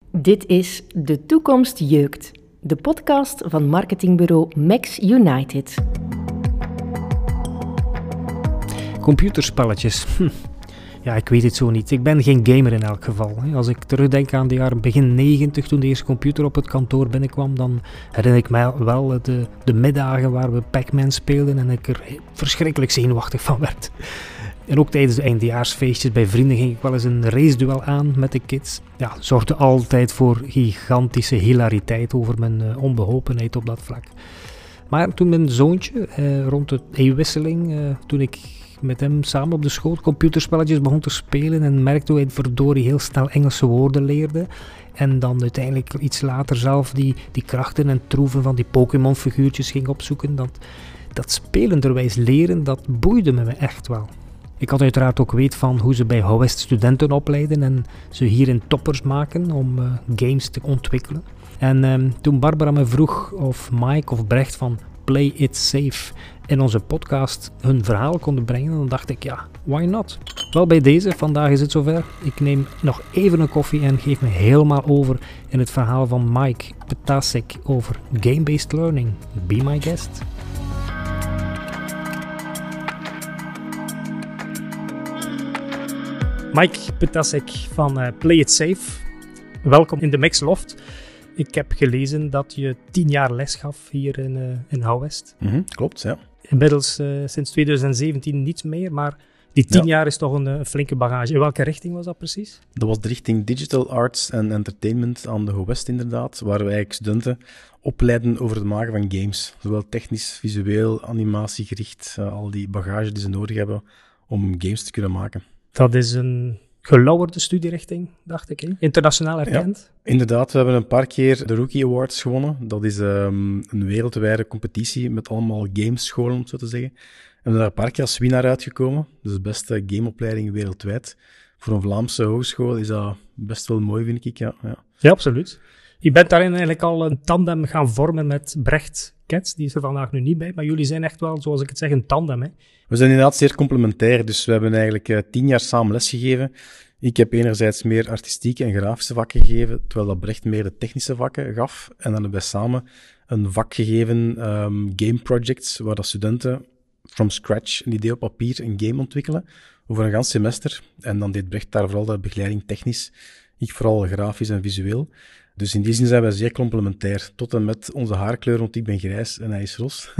Dit is De Toekomst Jeukt, de podcast van marketingbureau Max United. Computerspelletjes. Ja, ik weet het zo niet. Ik ben geen gamer in elk geval. Als ik terugdenk aan de jaren begin 90, toen de eerste computer op het kantoor binnenkwam, dan herinner ik mij wel de middagen waar we Pac-Man speelden en ik er verschrikkelijk zenuwachtig van werd. En ook tijdens de eindejaarsfeestjes bij vrienden ging ik wel eens een raceduel aan met de kids. Ja, zorgde altijd voor gigantische hilariteit over mijn onbeholpenheid op dat vlak. Maar toen mijn zoontje, rond de eeuwwisseling, toen ik met hem samen op de schoot computerspelletjes begon te spelen en merkte hoe hij verdorie heel snel Engelse woorden leerde. En dan uiteindelijk iets later zelf die krachten en troeven van die Pokémon-figuurtjes ging opzoeken. Dat spelenderwijs leren, dat boeide me echt wel. Ik had uiteraard ook weet van hoe ze bij Howest studenten opleiden en ze hierin toppers maken om games te ontwikkelen. En toen Barbara me vroeg of Mike of Brecht van Play It Safe in onze podcast hun verhaal konden brengen, dan dacht ik, ja, why not? Wel bij deze, vandaag is het zover. Ik neem nog even een koffie en geef me helemaal over in het verhaal van Mike Ptacek over game-based learning. Be my guest. Mike Ptacek van Play It Safe. Welkom in de Max Loft. Ik heb gelezen dat je 10 jaar les gaf hier in Howest. Klopt, ja. Inmiddels sinds 2017 niet meer, maar die 10 jaar is toch een flinke bagage. In welke richting was dat precies? Dat was de richting Digital Arts and Entertainment aan de Howest inderdaad, waar we eigenlijk studenten opleiden over het maken van games. Zowel technisch, visueel, animatiegericht, al die bagage die ze nodig hebben om games te kunnen maken. Dat is een gelauwerde studierichting, dacht ik. Hè? Internationaal erkend. Ja, inderdaad, we hebben een paar keer de Rookie Awards gewonnen. Dat is een wereldwijde competitie met allemaal gamescholen, om het zo te zeggen. En we zijn daar een paar keer als winnaar uitgekomen. Dus de beste gameopleiding wereldwijd. Voor een Vlaamse hogeschool is dat best wel mooi, vind ik. Ja, absoluut. Je bent daarin eigenlijk al een tandem gaan vormen met Brecht Kets. Die is er vandaag nu niet bij, maar jullie zijn echt wel, zoals ik het zeg, een tandem. Hè? We zijn inderdaad zeer complementair, dus we hebben eigenlijk 10 jaar samen lesgegeven. Ik heb enerzijds meer artistieke en grafische vakken gegeven, terwijl dat Brecht meer de technische vakken gaf. En dan hebben wij samen een vak gegeven, game projects, waar dat studenten from scratch een idee op papier, een game ontwikkelen, over een gans semester. En dan deed Brecht daar vooral de begeleiding technisch, ik vooral grafisch en visueel. Dus in die zin zijn wij zeer complementair, tot en met onze haarkleur, want ik ben grijs en hij is ros.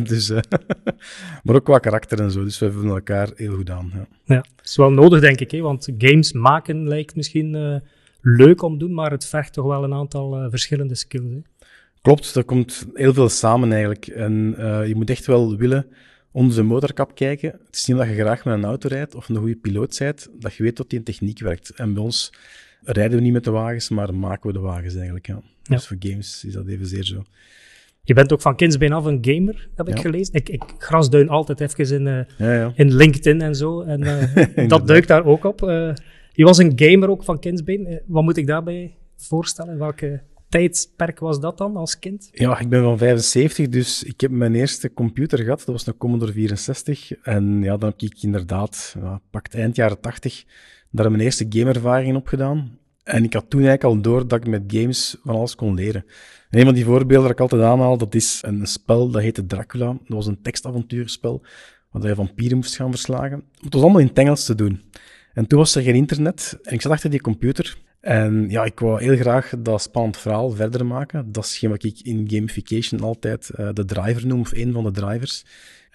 Maar ook qua karakter en zo, dus wij vullen elkaar heel goed aan. Ja, dat is wel nodig, denk ik, hè? Want games maken lijkt misschien leuk om te doen, maar het vergt toch wel een aantal verschillende skills. Hè? Klopt, er komt heel veel samen eigenlijk. En je moet echt wel willen onder de motorkap kijken. Het is niet dat je graag met een auto rijdt of een goede piloot bent, dat je weet dat die in techniek werkt. En bij ons rijden we niet met de wagens, maar maken we de wagens eigenlijk. Ja. Dus voor games is dat evenzeer zo. Je bent ook van kindsbeen af een gamer, heb ik gelezen. Ik grasduin altijd even in LinkedIn en zo. En dat duikt daar ook op. Je was een gamer ook van kindsbeen. Wat moet ik daarbij voorstellen? Welke tijdsperk was dat dan als kind? Ja, ik ben van 75, dus ik heb mijn eerste computer gehad. Dat was een Commodore 64. En ja, dan heb ik inderdaad, pakt eind jaren 80... daar mijn eerste gameervaringen opgedaan. En ik had toen eigenlijk al door dat ik met games van alles kon leren. En een van die voorbeelden dat ik altijd aanhaal, dat is een spel dat heette Dracula. Dat was een tekstavontuurspel, waar je vampieren moest gaan verslagen. Het was allemaal in het Engels te doen. En toen was er geen internet, en ik zat achter die computer. En ja, ik wou heel graag dat spannend verhaal verder maken. Dat is hetgeen wat ik in gamification altijd de driver noem, of een van de drivers.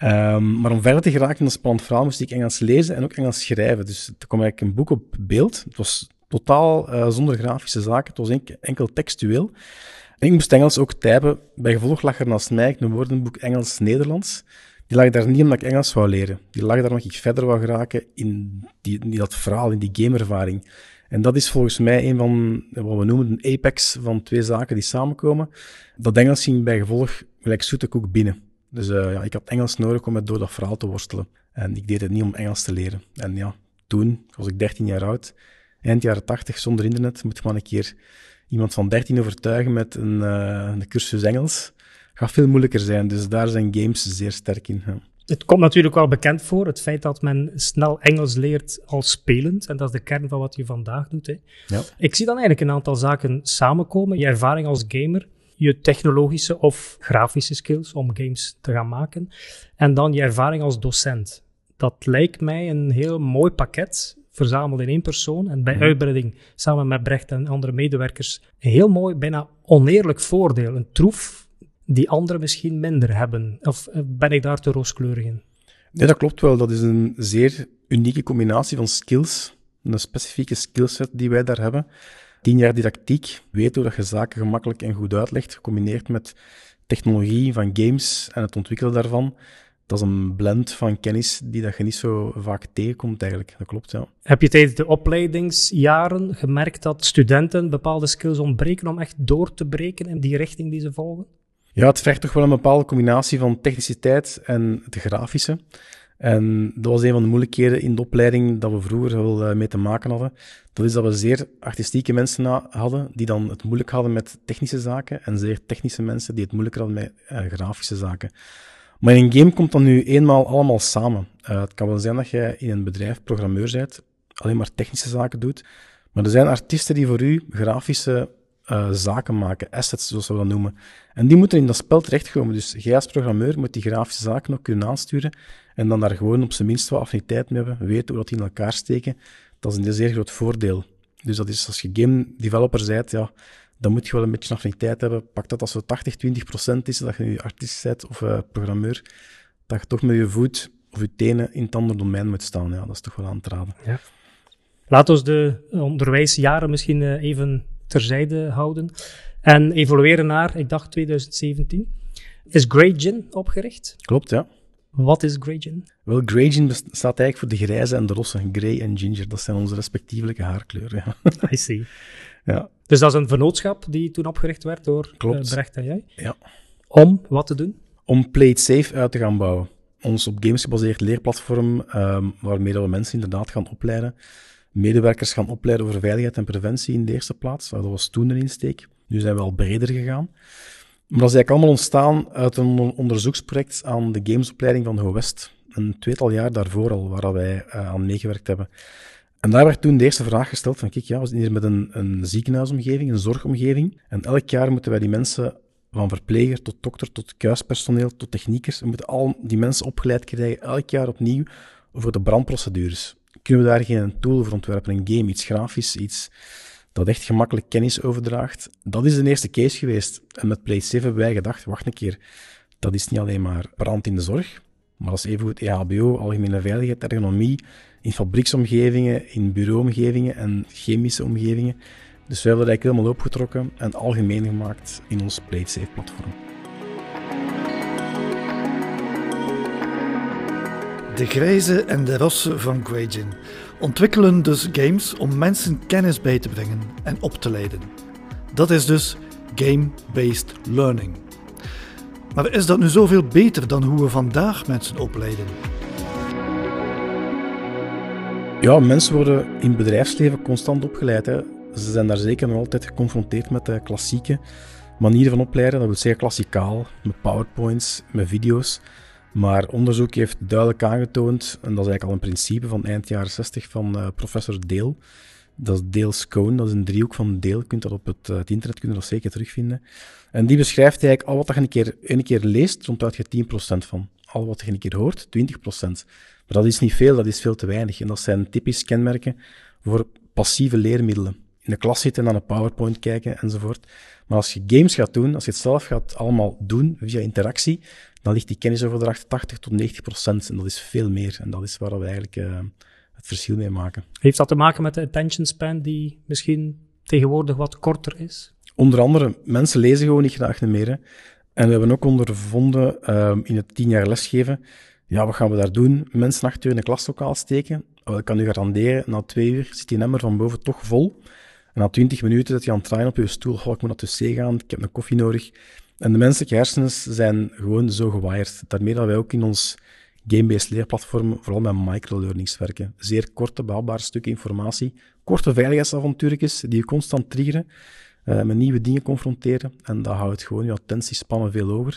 Maar om verder te geraken in een spannend verhaal moest ik Engels lezen en ook Engels schrijven. Dus er kwam eigenlijk een boek op beeld. Het was totaal zonder grafische zaken. Het was enkel textueel. En ik moest Engels ook typen. Bij gevolg lag er naast mij een woordenboek Engels-Nederlands. Die lag daar niet omdat ik Engels wou leren. Die lag daar omdat ik verder wou geraken in dat verhaal, in die gameervaring. En dat is volgens mij een van wat we noemen een apex van 2 zaken die samenkomen. Dat Engels ging bij gevolg gelijk zoete koek binnen. Dus ik had Engels nodig om door dat verhaal te worstelen. En ik deed het niet om Engels te leren. En ja, toen was ik 13 jaar oud. Eind jaren 80, zonder internet, moet je maar een keer iemand van 13 overtuigen met een cursus Engels. Gaat veel moeilijker zijn, dus daar zijn games zeer sterk in. Ja. Het komt natuurlijk wel bekend voor, het feit dat men snel Engels leert als spelend. En dat is de kern van wat je vandaag doet. Hè. Ja. Ik zie dan eigenlijk een aantal zaken samenkomen. Je ervaring als gamer, je technologische of grafische skills om games te gaan maken. En dan je ervaring als docent. Dat lijkt mij een heel mooi pakket, verzameld in één persoon. En bij uitbreiding, samen met Brecht en andere medewerkers, een heel mooi, bijna oneerlijk voordeel. Een troef die anderen misschien minder hebben. Of ben ik daar te rooskleurig in? Nee, dat klopt wel. Dat is een zeer unieke combinatie van skills. Een specifieke skillset die wij daar hebben. 10 jaar didactiek, weet hoe dat je zaken gemakkelijk en goed uitlegt, gecombineerd met technologie van games en het ontwikkelen daarvan. Dat is een blend van kennis die dat je niet zo vaak tegenkomt eigenlijk. Dat klopt, ja. Heb je tijdens de opleidingsjaren gemerkt dat studenten bepaalde skills ontbreken om echt door te breken in die richting die ze volgen? Ja, het vergt toch wel een bepaalde combinatie van techniciteit en het grafische. En dat was een van de moeilijkheden in de opleiding dat we vroeger wel mee te maken hadden. Dat is dat we zeer artistieke mensen hadden, die dan het moeilijk hadden met technische zaken, en zeer technische mensen die het moeilijker hadden met grafische zaken. Maar in een game komt dat nu eenmaal allemaal samen. Het kan wel zijn dat jij in een bedrijf programmeur bent, alleen maar technische zaken doet, maar er zijn artiesten die voor u grafische zaken maken, assets zoals we dat noemen. En die moeten in dat spel terechtkomen. Dus jij als programmeur moet die grafische zaken ook kunnen aansturen en dan daar gewoon op zijn minst wat affiniteit mee hebben, weten hoe dat die in elkaar steken. Dat is een zeer groot voordeel. Dus dat is, als je game developer bent, ja, dan moet je wel een beetje affiniteit hebben. Pak dat als het 80-20% is, dat je nu artiest bent of programmeur, dat je toch met je voet of je tenen in het andere domein moet staan. Ja, dat is toch wel aan te raden. Ja. Laat ons de onderwijsjaren misschien even terzijde houden en evolueren naar, ik dacht 2017. Is GreyGin opgericht? Klopt, ja. Wat is GreyGin? Wel, GreyGin staat eigenlijk voor de grijze en de rosse, grey en ginger. Dat zijn onze respectievelijke haarkleuren. Ja. I see. Ja. Dus dat is een vennootschap die toen opgericht werd door Brecht en jij? Ja. Om wat te doen? Om Play It Safe uit te gaan bouwen. Ons op games gebaseerd leerplatform, waarmee dat we mensen inderdaad gaan opleiden. Medewerkers gaan opleiden over veiligheid en preventie in de eerste plaats. Dat was toen een insteek. Nu zijn we al breder gegaan. Maar dat is eigenlijk allemaal ontstaan uit een onderzoeksproject aan de gamesopleiding van Ho West. Een 2-tal jaar daarvoor al, waar wij aan meegewerkt hebben. En daar werd toen de eerste vraag gesteld van, kijk, ja, we zitten hier met een ziekenhuisomgeving, een zorgomgeving. En elk jaar moeten wij die mensen, van verpleger tot dokter, tot kuispersoneel, tot techniekers, we moeten al die mensen opgeleid krijgen, elk jaar opnieuw, over de brandprocedures. Kunnen we daar geen tool voor ontwerpen, een game, iets grafisch, iets dat echt gemakkelijk kennis overdraagt? Dat is de eerste case geweest. En met Play It Safe hebben wij gedacht, wacht een keer, dat is niet alleen maar brand in de zorg, maar dat is evengoed EHBO, algemene veiligheid, ergonomie, in fabrieksomgevingen, in bureauomgevingen en chemische omgevingen. Dus wij hebben dat eigenlijk helemaal opgetrokken en algemeen gemaakt in ons Play It Safe platform. De grijze en de rosse van GreyGin ontwikkelen dus games om mensen kennis bij te brengen en op te leiden. Dat is dus game-based learning. Maar is dat nu zoveel beter dan hoe we vandaag mensen opleiden? Ja, mensen worden in het bedrijfsleven constant opgeleid. Hè. Ze zijn daar zeker nog altijd geconfronteerd met de klassieke manieren van opleiden. Dat wil zeggen klassikaal, met PowerPoints, met video's. Maar onderzoek heeft duidelijk aangetoond, en dat is eigenlijk al een principe van eind jaren 60 van professor Dale. Dat is Dale-Scone, dat is een driehoek van Dale. Je kunt dat op het internet kun je dat zeker terugvinden. En die beschrijft eigenlijk al wat je een keer leest, rond uit je 10% van. Al wat je een keer hoort, 20%. Maar dat is niet veel, dat is veel te weinig. En dat zijn typisch kenmerken voor passieve leermiddelen. In de klas zitten en naar een PowerPoint kijken enzovoort. Maar als je games gaat doen, als je het zelf gaat allemaal doen via interactie, dan ligt die kennisoverdracht 80-90%. En dat is veel meer. En dat is waar we eigenlijk het verschil mee maken. Heeft dat te maken met de attention span die misschien tegenwoordig wat korter is? Onder andere, mensen lezen gewoon niet graag meer. Hè. En we hebben ook ondervonden in het 10 jaar lesgeven, ja, wat gaan we daar doen? Mensen 8 uur in een klaslokaal steken. Ik kan u garanderen, na 2 uur zit die emmer van boven toch vol. En na 20 minuten zit je aan het draaien op je stoel. Ik moet naar de wc gaan, ik heb een koffie nodig. En de menselijke hersens zijn gewoon zo gewired. Daarmee dat wij ook in ons game-based leerplatform vooral met microlearnings werken. Zeer korte, behapbare stukken informatie. Korte veiligheidsavontuurtjes die je constant triggeren. Met nieuwe dingen confronteren. En dat houdt gewoon je attentiespannen veel hoger.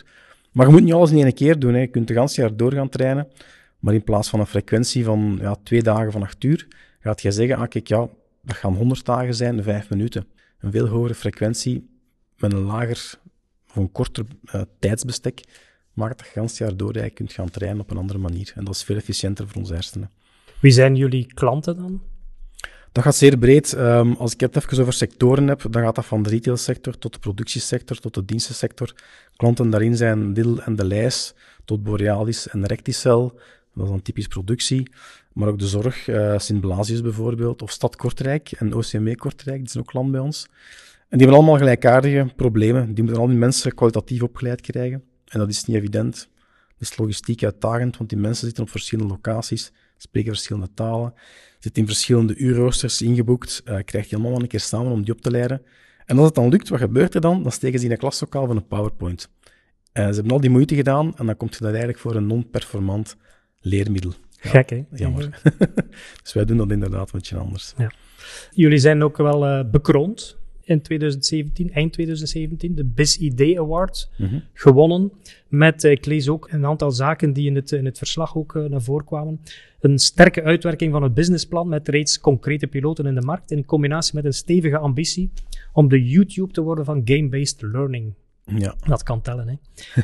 Maar je moet niet alles in één keer doen. Hè. Je kunt de hele jaar door gaan trainen, maar in plaats van een frequentie van 2 dagen van 8 uur, gaat je zeggen, kijk, dat gaan 100 dagen zijn, 5 minuten. Een veel hogere frequentie met een lager of een korter tijdsbestek maakt dat je het hele jaar door dat je kunt gaan trainen op een andere manier. En dat is veel efficiënter voor onze hersenen. Wie zijn jullie klanten dan? Dat gaat zeer breed. Als ik het even over sectoren heb, dan gaat dat van de retailsector tot de productiesector, tot de dienstensector. Klanten daarin zijn Lidl en De Lijs, tot Borealis en Recticel. Dat is dan typisch productie. Maar ook de zorg, Sint-Blasius bijvoorbeeld, of Stad Kortrijk en OCME Kortrijk, die zijn ook klant bij ons. En die hebben allemaal gelijkaardige problemen. Die moeten al die mensen kwalitatief opgeleid krijgen. En dat is niet evident. Dat is logistiek uitdagend, want die mensen zitten op verschillende locaties, spreken verschillende talen, zitten in verschillende uurroosters ingeboekt, krijg je allemaal een keer samen om die op te leiden. En als het dan lukt, wat gebeurt er dan? Dan steken ze in een klaslokaal van een PowerPoint. Ze hebben al die moeite gedaan en dan komt je dat eigenlijk voor een non-performant leermiddel. Ja, gek, hè? Jammer. Dus wij doen dat inderdaad een beetje anders. Ja. Jullie zijn ook wel bekroond in 2017, eind 2017, de BizID Award gewonnen. Met, ik lees ook een aantal zaken die in het verslag ook naar voren kwamen. Een sterke uitwerking van het businessplan met reeds concrete piloten in de markt, in combinatie met een stevige ambitie om de YouTube te worden van game-based learning. Ja. Dat kan tellen, hè.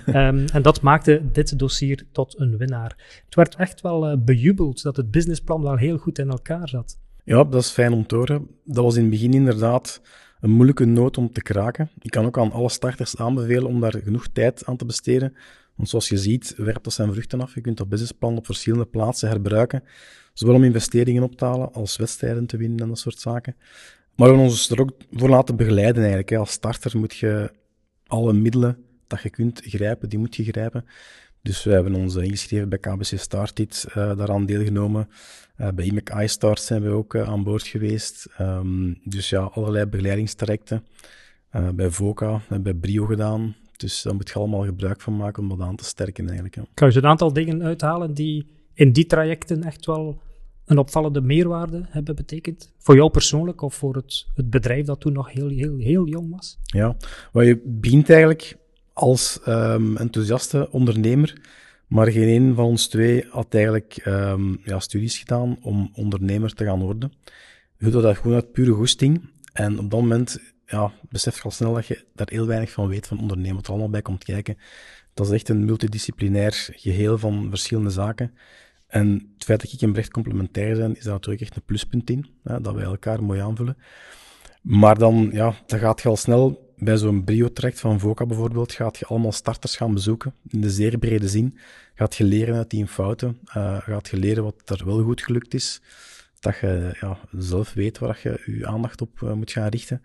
En dat maakte dit dossier tot een winnaar. Het werd echt wel bejubeld dat het businessplan wel heel goed in elkaar zat. Ja, dat is fijn om te horen. Dat was in het begin inderdaad een moeilijke noot om te kraken. Ik kan ook aan alle starters aanbevelen om daar genoeg tijd aan te besteden. Want zoals je ziet, werpt dat zijn vruchten af. Je kunt dat businessplan op verschillende plaatsen herbruiken. Zowel om investeringen op te halen, als wedstrijden te winnen en dat soort zaken. Maar we hebben ons er ook voor laten begeleiden eigenlijk. Als starter moet je alle middelen dat je kunt grijpen, die moet je grijpen. Dus we hebben ons ingeschreven bij KBC Startit, daaraan deelgenomen. Bij IMEC iStart zijn we ook aan boord geweest. Dus ja, allerlei begeleidingstrajecten. Bij VOCA en bij Brio gedaan. Dus daar moet je allemaal gebruik van maken om dat aan te sterken eigenlijk. Ja. Kan je een aantal dingen uithalen die in die trajecten echt wel een opvallende meerwaarde hebben betekend? Voor jou persoonlijk of voor het bedrijf dat toen nog heel jong was? Ja, wat je begint eigenlijk als enthousiaste ondernemer, maar geen een van ons twee had eigenlijk studies gedaan om ondernemer te gaan worden. Je doet dat gewoon uit pure goesting. En op dat moment besef je al snel dat je daar heel weinig van weet van ondernemen, wat er allemaal bij komt kijken. Dat is echt een multidisciplinair geheel van verschillende zaken. En het feit dat ik en Brecht complementair zijn, is daar natuurlijk echt een pluspunt in, dat wij elkaar mooi aanvullen. Maar dan gaat je al snel bij zo'n Brio-traject van VOCA bijvoorbeeld, gaat je allemaal starters gaan bezoeken, in de zeer brede zin. Gaat je leren uit die fouten, gaat je leren wat er wel goed gelukt is, dat je zelf weet waar je je aandacht op moet gaan richten.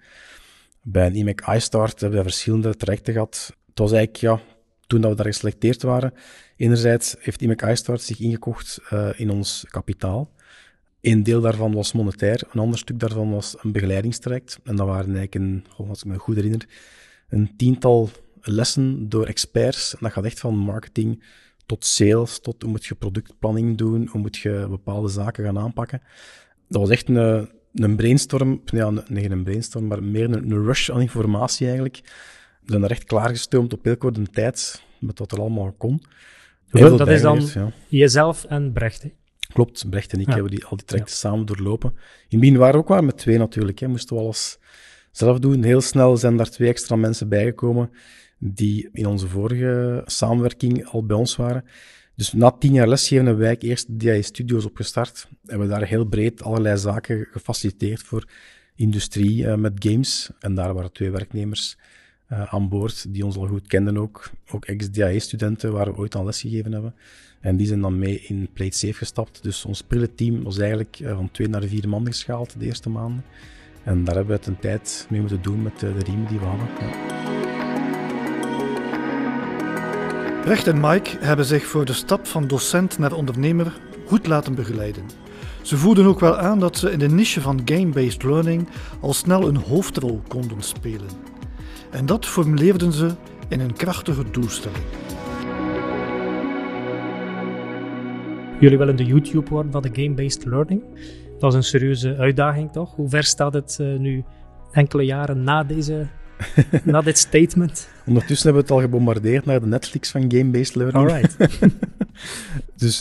Bij een IMEC iStart hebben we verschillende trajecten gehad. Het was eigenlijk, toen we daar geselecteerd waren, enerzijds heeft IMEC iStart zich ingekocht in ons kapitaal. Een deel daarvan was monetair, een ander stuk daarvan was een begeleidingstraject. En dat waren eigenlijk, als ik me goed herinner, een 10-tal lessen door experts. En dat gaat echt van marketing tot sales, tot hoe moet je productplanning doen, hoe moet je bepaalde zaken gaan aanpakken. Dat was echt een brainstorm, geen brainstorm, maar meer een rush aan informatie eigenlijk. We zijn daar echt klaargestoomd op heel korte tijd, met wat er allemaal kon. Dat is dan jezelf en Brecht, hè? Klopt, Brecht en ik hebben al die trajecten samen doorlopen. In het begin waren we ook maar met 2 natuurlijk, hè. Moesten we alles zelf doen. Heel snel zijn daar 2 extra mensen bijgekomen die in onze vorige samenwerking al bij ons waren. Dus na 10 jaar lesgeven hebben wij eerst DAE Studios opgestart. Hebben we daar heel breed allerlei zaken gefaciliteerd voor industrie met games. En daar waren 2 werknemers aan boord die ons al goed kenden ook. Ook ex-DAE-studenten waar we ooit aan lesgegeven hebben. En die zijn dan mee in Play Safe gestapt. Dus ons prille team was eigenlijk van 2 naar 4 man geschaald de eerste maanden. En daar hebben we het een tijd mee moeten doen met de riemen die we hadden. Ja. Brecht en Mike hebben zich voor de stap van docent naar ondernemer goed laten begeleiden. Ze voelden ook wel aan dat ze in de niche van game-based learning al snel een hoofdrol konden spelen. En dat formuleerden ze in een krachtige doelstelling. Jullie willen de YouTube worden van de game-based learning. Dat is een serieuze uitdaging, toch? Hoe ver staat het nu enkele jaren na deze Na dit statement. Ondertussen hebben we het al gebombardeerd naar de Netflix van game-based learning. Alright. Dus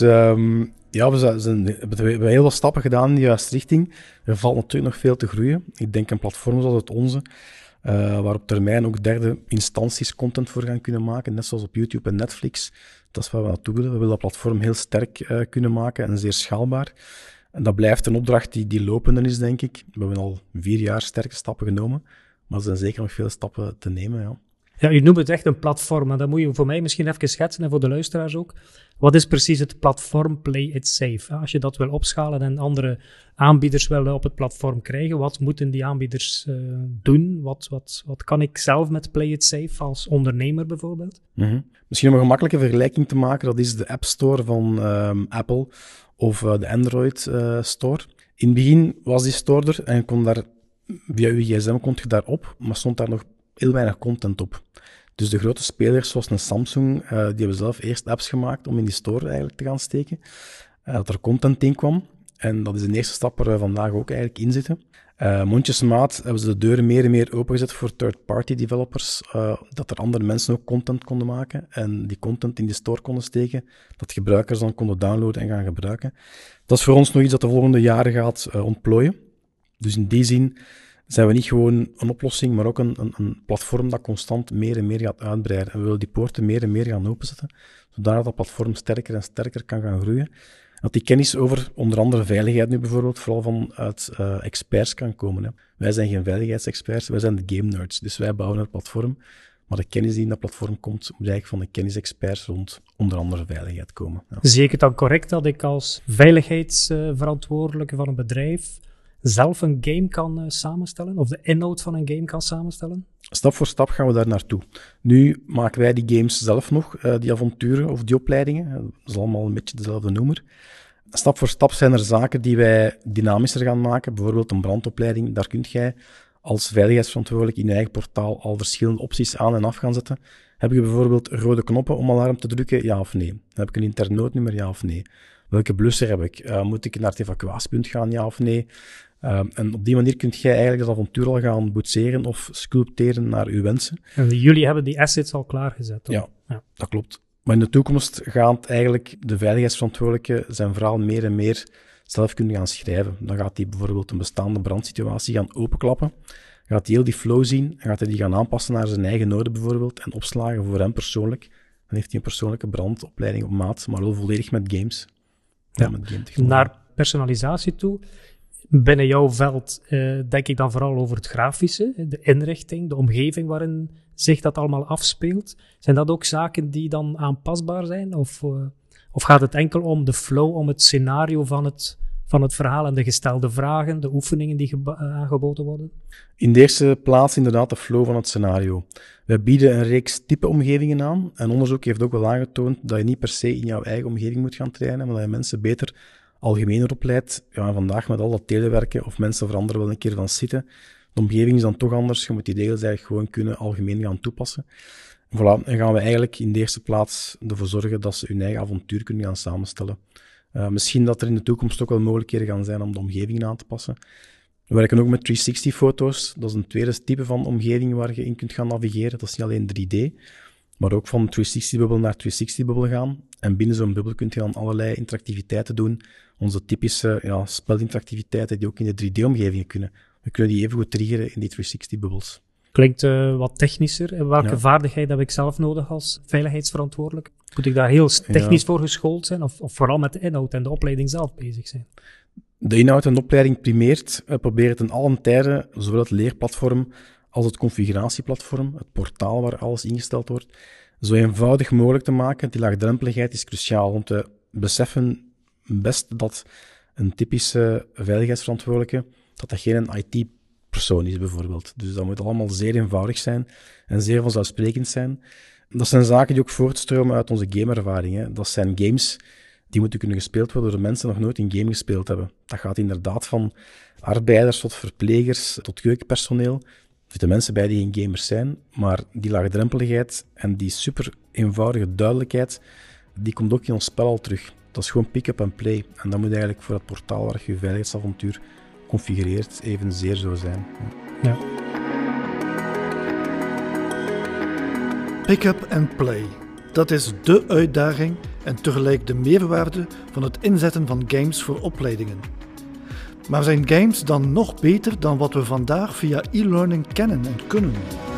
ja, we hebben heel veel stappen gedaan in de juiste richting. Er valt natuurlijk nog veel te groeien. Ik denk aan platforms zoals het onze, waar op termijn ook derde instanties content voor gaan kunnen maken, net zoals op YouTube en Netflix. Dat is waar we naartoe willen. We willen dat platform heel sterk kunnen maken en zeer schaalbaar. En dat blijft een opdracht die lopende is, denk ik. We hebben al 4 jaar sterke stappen genomen, maar er zijn zeker nog veel stappen te nemen, ja. Ja, je noemt het echt een platform, en dat moet je voor mij misschien even schetsen en voor de luisteraars ook. Wat is precies het platform Play It Safe? Als je dat wil opschalen en andere aanbieders willen op het platform krijgen, wat moeten die aanbieders doen? Wat kan ik zelf met Play It Safe als ondernemer bijvoorbeeld? Misschien om een gemakkelijke vergelijking te maken, dat is de App Store van Apple of de Android Store. In het begin was die store er en kon daar, via je gsm kon je daarop, maar stond daar nog heel weinig content op. Dus de grote spelers zoals een Samsung, die hebben zelf eerst apps gemaakt om in die store eigenlijk te gaan steken. Dat er content in kwam. En dat is de eerste stap waar we vandaag ook eigenlijk in zitten. Mondjesmaat hebben ze de deuren meer en meer opengezet voor third-party developers, dat er andere mensen ook content konden maken en die content in die store konden steken, dat gebruikers dan konden downloaden en gaan gebruiken. Dat is voor ons nog iets dat de volgende jaren gaat ontplooien. Dus in die zin zijn we niet gewoon een oplossing, maar ook een platform dat constant meer en meer gaat uitbreiden. En we willen die poorten meer en meer gaan openzetten, zodat dat platform sterker en sterker kan gaan groeien. Dat die kennis over onder andere veiligheid nu bijvoorbeeld vooral vanuit experts kan komen. Hè. Wij zijn geen veiligheidsexperts, wij zijn de game nerds. Dus wij bouwen het platform, maar de kennis die in dat platform komt, moet eigenlijk van de kennisexperts rond onder andere veiligheid komen. Ja. Zie ik het dan correct dat ik als veiligheidsverantwoordelijke van een bedrijf zelf een game kan samenstellen, of de inhoud van een game kan samenstellen? Stap voor stap gaan we daar naartoe. Nu maken wij die games zelf nog, die avonturen of die opleidingen. Dat is allemaal een beetje dezelfde noemer. Stap voor stap zijn er zaken die wij dynamischer gaan maken. Bijvoorbeeld een brandopleiding. Daar kunt jij als veiligheidsverantwoordelijk in je eigen portaal al verschillende opties aan en af gaan zetten. Heb je bijvoorbeeld rode knoppen om alarm te drukken? Ja of nee? Heb ik een intern noodnummer? Ja of nee? Welke blusser heb ik? Moet ik naar het evacuatiepunt gaan? Ja of nee? En op die manier kun jij eigenlijk dat avontuur al gaan boetseren of sculpteren naar uw wensen. En jullie hebben die assets al klaargezet, toch? Ja, dat klopt. Maar in de toekomst gaat eigenlijk de veiligheidsverantwoordelijke zijn verhaal meer en meer zelf kunnen gaan schrijven. Dan gaat hij bijvoorbeeld een bestaande brandsituatie gaan openklappen. Gaat hij heel die flow zien en gaat hij die gaan aanpassen naar zijn eigen noden bijvoorbeeld en opslagen voor hem persoonlijk. Dan heeft hij een persoonlijke brandopleiding op maat, maar wel volledig met games. Ja, met game-technologie. Naar personalisatie toe. Binnen jouw veld denk ik dan vooral over het grafische, de inrichting, de omgeving waarin zich dat allemaal afspeelt. Zijn dat ook zaken die dan aanpasbaar zijn? Of gaat het enkel om de flow, om het scenario van het verhaal en de gestelde vragen, de oefeningen die aangeboden worden? In de eerste plaats inderdaad de flow van het scenario. Wij bieden een reeks type omgevingen aan en onderzoek heeft ook wel aangetoond dat je niet per se in jouw eigen omgeving moet gaan trainen, maar dat je mensen beter algemener opleidt. Ja, vandaag met al dat telewerken of mensen veranderen wel een keer van zitten. De omgeving is dan toch anders. Je moet die regels eigenlijk gewoon kunnen algemeen gaan toepassen. En voilà, dan gaan we eigenlijk in de eerste plaats ervoor zorgen dat ze hun eigen avontuur kunnen gaan samenstellen. Misschien dat er in de toekomst ook wel mogelijkheden gaan zijn om de omgeving aan te passen. We werken ook met 360-foto's. Dat is een tweede type van omgeving waar je in kunt gaan navigeren. Dat is niet alleen 3D, maar ook van 360-bubbel naar 360-bubbel gaan. En binnen zo'n bubbel kun je dan allerlei interactiviteiten doen. Onze typische spelinteractiviteiten die ook in de 3D-omgevingen kunnen. We kunnen die even goed triggeren in die 360-bubbels. Klinkt wat technischer. En welke vaardigheid heb ik zelf nodig als veiligheidsverantwoordelijk? Moet ik daar heel technisch voor geschoold zijn? Of vooral met de inhoud en de opleiding zelf bezig zijn? De inhoud en de opleiding primeert. We proberen ten allen tijde, zowel het leerplatform als het configuratieplatform, het portaal waar alles ingesteld wordt, zo eenvoudig mogelijk te maken. Die laagdrempeligheid is cruciaal, want we beseffen best dat een typische veiligheidsverantwoordelijke, dat geen IT-persoon is bijvoorbeeld. Dus dat moet allemaal zeer eenvoudig zijn en zeer vanzelfsprekend zijn. Dat zijn zaken die ook voortstromen uit onze gameervaring. Hè. Dat zijn games die moeten kunnen gespeeld worden door mensen die nog nooit een game gespeeld hebben. Dat gaat inderdaad van arbeiders tot verplegers tot keukenpersoneel. Er zitten mensen bij die geen gamers zijn, maar die laagdrempeligheid en die super eenvoudige duidelijkheid, die komt ook in ons spel al terug. Dat is gewoon pick-up en play. En dat moet eigenlijk voor het portaal waar je je veiligheidsavontuur configureert evenzeer zo zijn. Ja. Pick up and play. Dat is dé uitdaging en tegelijk de meerwaarde van het inzetten van games voor opleidingen. Maar zijn games dan nog beter dan wat we vandaag via e-learning kennen en kunnen?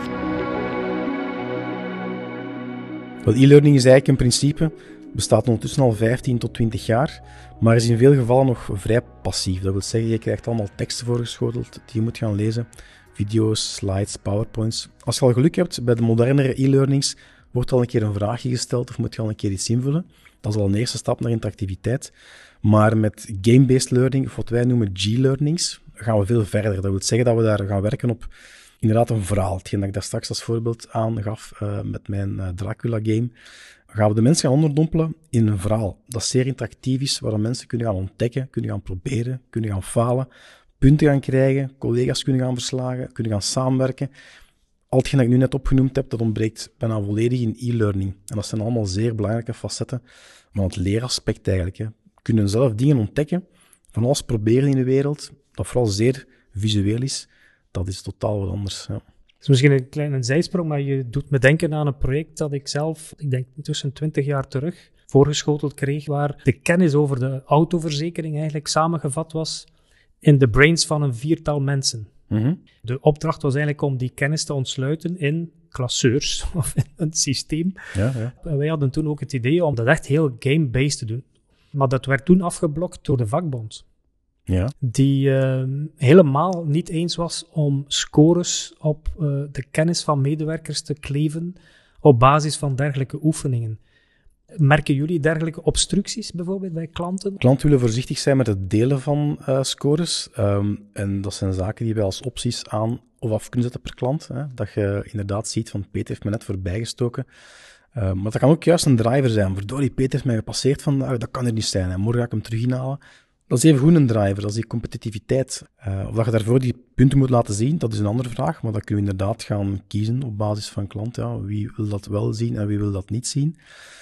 Wel, e-learning is eigenlijk in principe, bestaat ondertussen al 15 tot 20 jaar, maar is in veel gevallen nog vrij passief. Dat wil zeggen, je krijgt allemaal teksten voorgeschoteld die je moet gaan lezen, video's, slides, powerpoints. Als je al geluk hebt, bij de modernere e-learnings wordt al een keer een vraagje gesteld of moet je al een keer iets invullen. Dat is al een eerste stap naar interactiviteit. Maar met game-based learning, of wat wij noemen G-learnings, gaan we veel verder. Dat wil zeggen dat we daar gaan werken op inderdaad een verhaal. Hetgeen dat ik daar straks als voorbeeld aangaf met mijn Dracula-game. Gaan we de mensen gaan onderdompelen in een verhaal dat zeer interactief is, waar de mensen kunnen gaan ontdekken, kunnen gaan proberen, kunnen gaan falen, punten gaan krijgen, collega's kunnen gaan verslagen, kunnen gaan samenwerken. Al hetgeen dat ik nu net opgenoemd heb, dat ontbreekt bijna volledig in e-learning. En dat zijn allemaal zeer belangrijke facetten van het leeraspect eigenlijk. Hè. Kunnen zelf dingen ontdekken, van alles proberen in de wereld, dat vooral zeer visueel is, dat is totaal wat anders. Ja. Het is misschien een kleine zijsprong, maar je doet me denken aan een project dat ik zelf, ik denk tussen 20 jaar terug, voorgeschoteld kreeg, waar de kennis over de autoverzekering eigenlijk samengevat was in de brains van een 4-tal mensen. Mm-hmm. De opdracht was eigenlijk om die kennis te ontsluiten in klasseurs of in een systeem. Ja. En wij hadden toen ook het idee om dat echt heel game-based te doen. Maar dat werd toen afgeblokt door de vakbond. Ja. Die helemaal niet eens was om scores op de kennis van medewerkers te kleven op basis van dergelijke oefeningen. Merken jullie dergelijke obstructies bijvoorbeeld bij klanten? Klanten willen voorzichtig zijn met het delen van scores. En dat zijn zaken die wij als opties aan of af kunnen zetten per klant. Hè. Dat je inderdaad ziet van Peter heeft me net voorbijgestoken. Maar dat kan ook juist een driver zijn. Verdorie, Peter heeft mij gepasseerd vandaag, dat kan er niet zijn. Hè. Morgen ga ik hem terug inhalen. Dat is even goed een driver, dat is die competitiviteit. Of dat je daarvoor die punten moet laten zien, dat is een andere vraag. Maar dat kunnen we inderdaad gaan kiezen op basis van klant. Ja, wie wil dat wel zien en wie wil dat niet zien.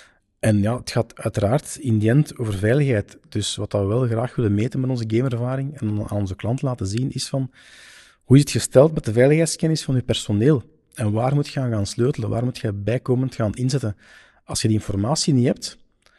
En ja, het gaat uiteraard in die end over veiligheid. Dus wat we wel graag willen meten met onze gameervaring en aan onze klant laten zien, is van hoe is het gesteld met de veiligheidskennis van je personeel? En waar moet je gaan sleutelen? Waar moet je bijkomend gaan inzetten? Als je die informatie niet hebt,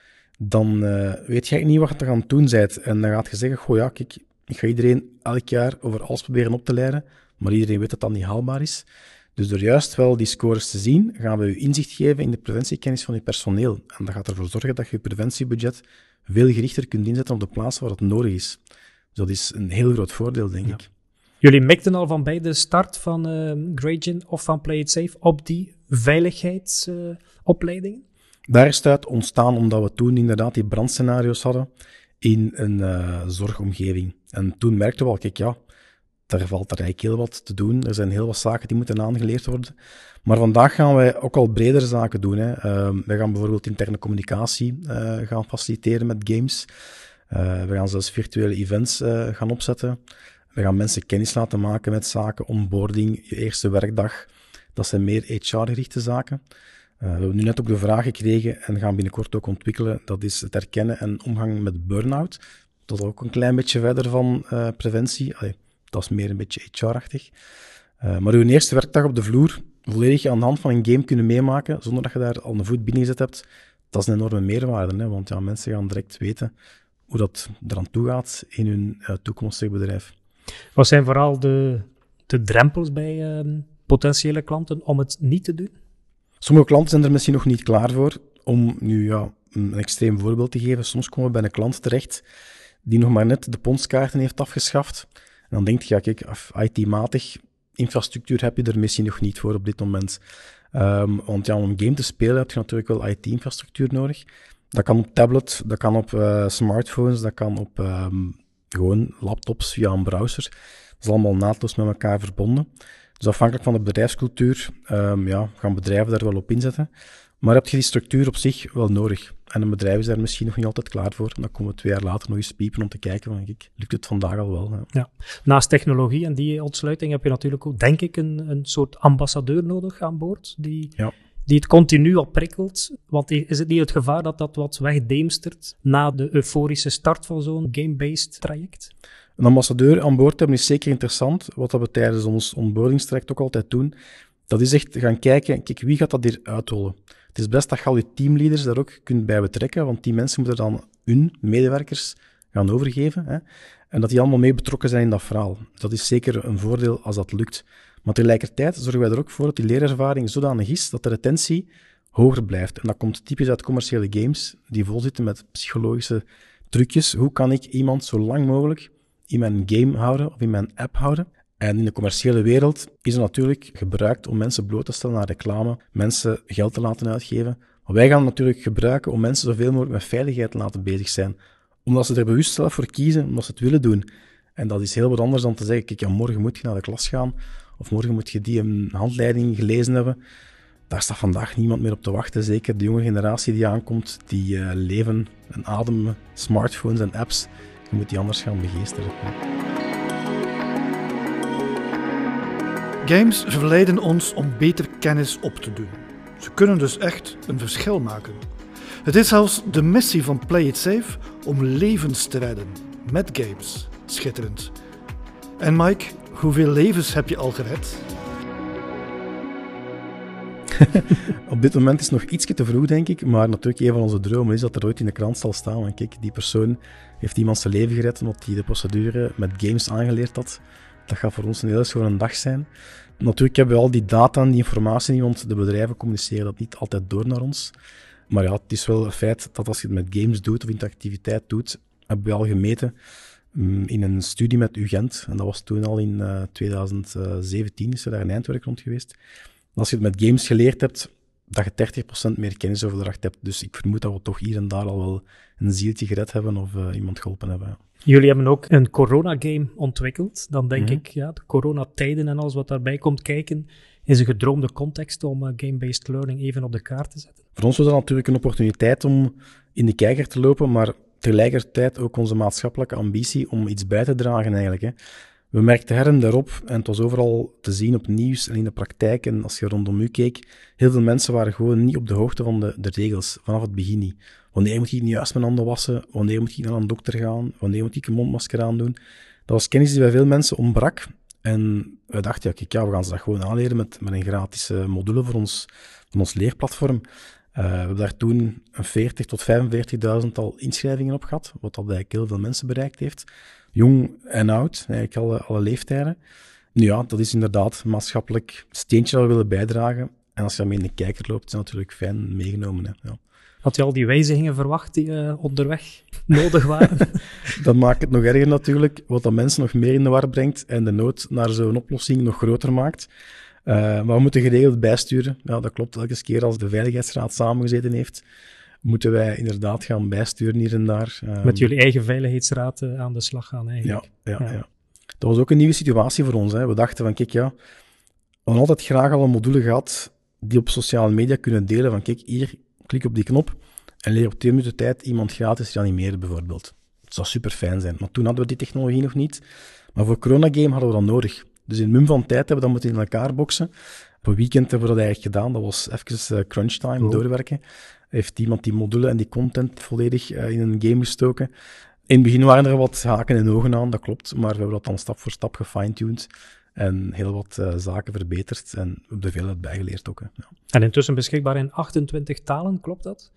dan weet je niet wat je gaan doen bent. En dan gaat je zeggen, goh ja, kijk, ik ga iedereen elk jaar over alles proberen op te leiden, maar iedereen weet dat dat niet haalbaar is. Dus door juist wel die scores te zien, gaan we je inzicht geven in de preventiekennis van je personeel. En dat gaat ervoor zorgen dat je je preventiebudget veel gerichter kunt inzetten op de plaatsen waar het nodig is. Dus dat is een heel groot voordeel, denk ik. Jullie mikten al van bij de start van GreyGen of van Play It Safe op die veiligheidsopleidingen? Daar is het uit ontstaan omdat we toen inderdaad die brandscenario's hadden in een zorgomgeving. En toen merkten we al, kijk ja, daar valt er eigenlijk heel wat te doen. Er zijn heel wat zaken die moeten aangeleerd worden. Maar vandaag gaan wij ook al bredere zaken doen. Hè. Wij gaan bijvoorbeeld interne communicatie gaan faciliteren met games. We gaan zelfs virtuele events gaan opzetten. We gaan mensen kennis laten maken met zaken, onboarding, je eerste werkdag. Dat zijn meer HR-gerichte zaken. We hebben nu net ook de vraag gekregen en gaan binnenkort ook ontwikkelen. Dat is het herkennen en omgang met burn-out. Dat is ook een klein beetje verder van preventie. Dat is meer een beetje HR-achtig. Maar uw eerste werkdag op de vloer volledig aan de hand van een game kunnen meemaken, zonder dat je daar al een voet binnen gezet hebt, dat is een enorme meerwaarde. Hè? Want ja, mensen gaan direct weten hoe dat eraan toe gaat in hun toekomstig bedrijf. Wat zijn vooral de drempels bij potentiële klanten om het niet te doen? Sommige klanten zijn er misschien nog niet klaar voor. Om nu een extreem voorbeeld te geven, soms komen we bij een klant terecht die nog maar net de ponskaarten heeft afgeschaft. En dan denk je, ja kijk, IT-matig infrastructuur heb je er misschien nog niet voor op dit moment. Want ja, om een game te spelen heb je natuurlijk wel IT-infrastructuur nodig. Dat kan op tablet, dat kan op smartphones, dat kan op gewoon laptops via een browser. Dat is allemaal naadloos met elkaar verbonden. Dus afhankelijk van de bedrijfscultuur gaan bedrijven daar wel op inzetten. Maar heb je die structuur op zich wel nodig? En een bedrijf is daar misschien nog niet altijd klaar voor. En dan komen we 2 jaar later nog eens piepen om te kijken van, kijk, lukt het vandaag al wel? Ja. Ja. Naast technologie en die ontsluiting heb je natuurlijk ook, denk ik, een soort ambassadeur nodig aan boord, die het continu al prikkelt. Want is het niet het gevaar dat dat wat wegdeemstert na de euforische start van zo'n game-based traject? Een ambassadeur aan boord hebben is zeker interessant. Wat we tijdens ons onboardingstraject ook altijd doen, Dat is echt gaan kijken, kijk, wie gaat dat hier uitrollen? Het is best dat je al je teamleaders daar ook kunt bij betrekken, want die mensen moeten dan hun medewerkers gaan overgeven. Hè? En dat die allemaal mee betrokken zijn in dat verhaal. Dat is zeker een voordeel als dat lukt. Maar tegelijkertijd zorgen wij er ook voor dat die leerervaring zodanig is dat de retentie hoger blijft. En dat komt typisch uit commerciële games, die vol zitten met psychologische trucjes. Hoe kan ik iemand zo lang mogelijk in mijn game houden of in mijn app houden? En in de commerciële wereld is het natuurlijk gebruikt om mensen bloot te stellen aan reclame, mensen geld te laten uitgeven. Maar wij gaan het natuurlijk gebruiken om mensen zoveel mogelijk met veiligheid te laten bezig zijn. Omdat ze er bewust zelf voor kiezen, omdat ze het willen doen. En dat is heel wat anders dan te zeggen, kijk, ja, morgen moet je naar de klas gaan, of morgen moet je die een handleiding gelezen hebben. Daar staat vandaag niemand meer op te wachten. Zeker de jonge generatie die aankomt, die leven en ademen smartphones en apps. Je moet die anders gaan begeesteren. Games verleiden ons om beter kennis op te doen. Ze kunnen dus echt een verschil maken. Het is zelfs de missie van Play It Safe om levens te redden. Met games. Schitterend. En Mike, hoeveel levens heb je al gered? Op dit moment is het nog ietsje te vroeg, denk ik. Maar natuurlijk, een van onze dromen is dat er ooit in de krant zal staan. En kijk, die persoon heeft iemand zijn leven gered omdat hij de procedure met games aangeleerd had. Dat gaat voor ons een hele schone dag zijn. Natuurlijk hebben we al die data en die informatie niet, want de bedrijven communiceren dat niet altijd door naar ons. Maar ja, het is wel een feit dat als je het met games doet of interactiviteit doet, hebben we al gemeten in een studie met UGent, en dat was toen al in 2017, is er daar een eindwerk rond geweest. Als je het met games geleerd hebt, dat je 30% meer kennis overdracht hebt. Dus ik vermoed dat we toch hier en daar al wel een zieltje gered hebben of iemand geholpen hebben. Ja. Jullie hebben ook een corona-game ontwikkeld. Dan denk ik, ja, de coronatijden en alles wat daarbij komt kijken, is een gedroomde context om game-based learning even op de kaart te zetten. Voor ons was dat natuurlijk een opportuniteit om in de kijker te lopen, maar tegelijkertijd ook onze maatschappelijke ambitie om iets bij te dragen eigenlijk. Hè. We merkten her en daarop, en het was overal te zien op nieuws en in de praktijk, en als je rondom u keek, heel veel mensen waren gewoon niet op de hoogte van de regels, vanaf het begin niet. Wanneer moet ik juist mijn handen wassen? Wanneer moet ik naar een dokter gaan? Wanneer moet ik een mondmasker aandoen? Dat was kennis die bij veel mensen ontbrak. En we dachten, ja, we gaan ze dat gewoon aanleren met een gratis module voor ons leerplatform. We hebben daar toen een 40.000 tot 45.000 al inschrijvingen op gehad, wat dat eigenlijk heel veel mensen bereikt heeft. Jong en oud, eigenlijk alle leeftijden. Nu ja, dat is inderdaad een maatschappelijk steentje dat we willen bijdragen. En als je daarmee in de kijker loopt, is dat natuurlijk fijn meegenomen. Hè. Ja. Had je al die wijzigingen verwacht die onderweg nodig waren? Dat maakt het nog erger natuurlijk, wat dat mensen nog meer in de war brengt en de nood naar zo'n oplossing nog groter maakt. Maar we moeten geregeld bijsturen. Ja, dat klopt. Elke keer als de Veiligheidsraad samengezeten heeft, moeten wij inderdaad gaan bijsturen hier en daar. Met jullie eigen veiligheidsraad aan de slag gaan eigenlijk. Ja. Dat was ook een nieuwe situatie voor ons. Hè. We dachten van, kijk, ja, we hebben altijd graag al een module gehad die op sociale media kunnen delen van, kijk, hier, klik op die knop en leer op 2 minuten tijd iemand gratis reanimeren bijvoorbeeld. Dat zou super fijn zijn. Maar toen hadden we die technologie nog niet. Maar voor coronagame hadden we dat nodig. Dus in een mum van tijd hebben we dat moeten in elkaar boksen. Op een weekend hebben we dat eigenlijk gedaan. Dat was even crunchtime, doorwerken. Heeft iemand die module en die content volledig in een game gestoken. In het begin waren er wat haken en ogen aan, dat klopt. Maar we hebben dat dan stap voor stap gefine-tuned. En heel wat zaken verbeterd. En we hebben er veel uit bijgeleerd ook. Hè. Ja. En intussen beschikbaar in 28 talen, klopt dat?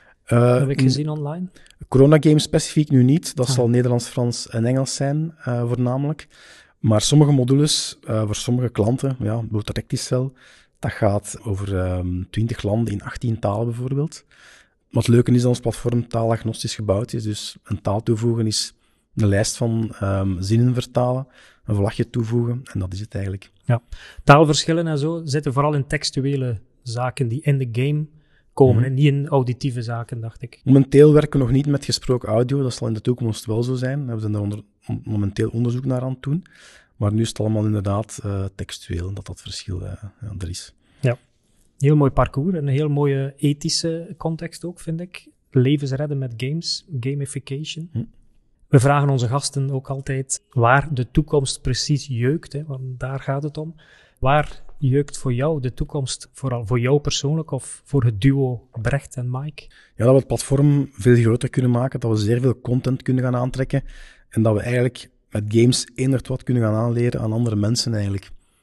Heb ik gezien online. Coronagame specifiek nu niet. Dat zal Nederlands, Frans en Engels zijn, voornamelijk. Maar sommige modules, voor sommige klanten, ja, bijvoorbeeld Recticel, dat gaat over 20 landen in 18 talen bijvoorbeeld. Wat leuke is dat ons platform taalagnostisch gebouwd is. Dus een taal toevoegen is een lijst van zinnen vertalen, een vlagje toevoegen en dat is het eigenlijk. Ja. Taalverschillen en zo zitten vooral in textuele zaken die in de game komen en niet in auditieve zaken, dacht ik. Momenteel werken we nog niet met gesproken audio, dat zal in de toekomst wel zo zijn. We zijn daar momenteel onderzoek naar aan het doen. Maar nu is het allemaal inderdaad textueel, dat verschil er is. Ja, heel mooi parcours en een heel mooie ethische context ook, vind ik. Levens redden met games, gamification. We vragen onze gasten ook altijd waar de toekomst precies jeukt, hè, want daar gaat het om. Waar jeukt voor jou de toekomst, vooral voor jou persoonlijk of voor het duo Brecht en Mike? Ja, dat we het platform veel groter kunnen maken, dat we zeer veel content kunnen gaan aantrekken en dat we eigenlijk met games eenderd wat kunnen gaan aanleren aan andere mensen eigenlijk.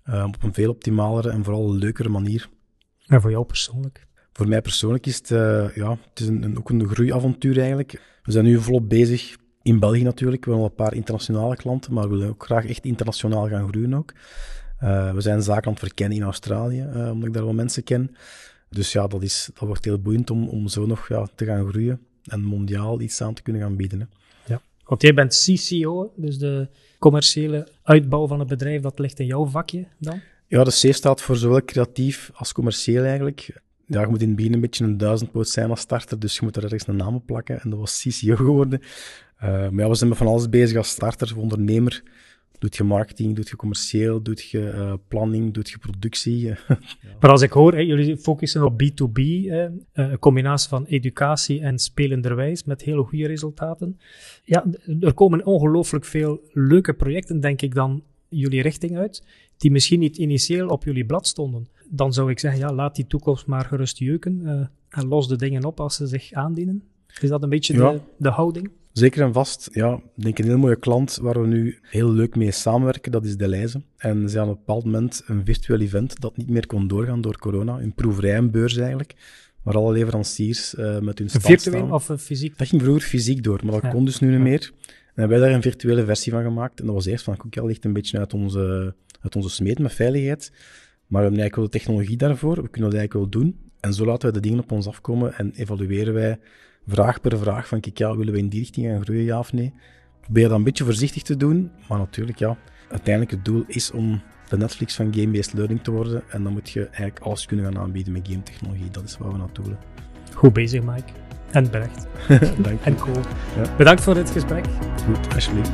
op een veel optimalere en vooral leukere manier. En voor jou persoonlijk? Voor mij persoonlijk is het, het is ook een groeiavontuur eigenlijk. We zijn nu volop bezig in België natuurlijk. We hebben al een paar internationale klanten, maar we willen ook graag echt internationaal gaan groeien ook. We zijn zaken aan het verkennen in Australië, omdat ik daar wel mensen ken. Dus ja, dat wordt heel boeiend om zo nog te gaan groeien en mondiaal iets aan te kunnen gaan bieden. Hè. Ja, want jij bent CCO, dus de commerciële uitbouw van het bedrijf, dat ligt in jouw vakje dan? Ja, de C staat voor zowel creatief als commercieel eigenlijk. Ja, je moet in het begin een beetje een duizendpoot zijn als starter, dus je moet er ergens een naam op plakken. En dat was CCO geworden. Maar ja, we zijn met van alles bezig als starter, ondernemer. Doet je marketing, doet je commercieel, doet je planning, doet je productie. Maar als ik hoor, jullie focussen op B2B, een combinatie van educatie en spelenderwijs met hele goede resultaten. Ja, er komen ongelooflijk veel leuke projecten, denk ik, dan jullie richting uit, die misschien niet initieel op jullie blad stonden. Dan zou ik zeggen, ja, laat die toekomst maar gerust jeuken en los de dingen op als ze zich aandienen. Is dat een beetje de houding? Zeker en vast. Ja, ik denk een heel mooie klant waar we nu heel leuk mee samenwerken, dat is Deleuze. En ze hadden op een bepaald moment een virtueel event dat niet meer kon doorgaan door corona, een proeverij en beurs eigenlijk, waar alle leveranciers met hun stand virtueel staan. of fysiek? Dat ging vroeger fysiek door, maar dat kon dus nu niet meer. En hebben wij daar een virtuele versie van gemaakt. En dat was eerst van, dat ligt een beetje uit onze smeet met veiligheid. Maar we hebben eigenlijk wel de technologie daarvoor, we kunnen dat eigenlijk wel doen. En zo laten wij de dingen op ons afkomen en evalueren wij vraag per vraag van, willen we in die richting gaan groeien, ja of nee? Probeer dat een beetje voorzichtig te doen, maar natuurlijk, uiteindelijk het doel is om de Netflix van game-based learning te worden en dan moet je eigenlijk alles kunnen gaan aanbieden met game-technologie. Dat is waar we naartoe willen. Goed bezig, Mike. En berecht. Dank je. En cool. Ja. Bedankt voor dit gesprek. Goed, alsjeblieft.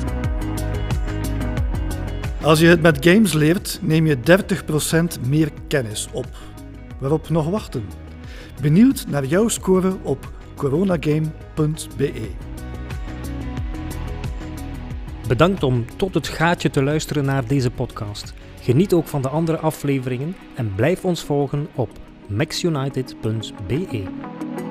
Als je het met games leert, neem je 30% meer kennis op. Waarop nog wachten? Benieuwd naar jouw score op coronagame.be. Bedankt om tot het gaatje te luisteren naar deze podcast. Geniet ook van de andere afleveringen en blijf ons volgen op maxunited.be.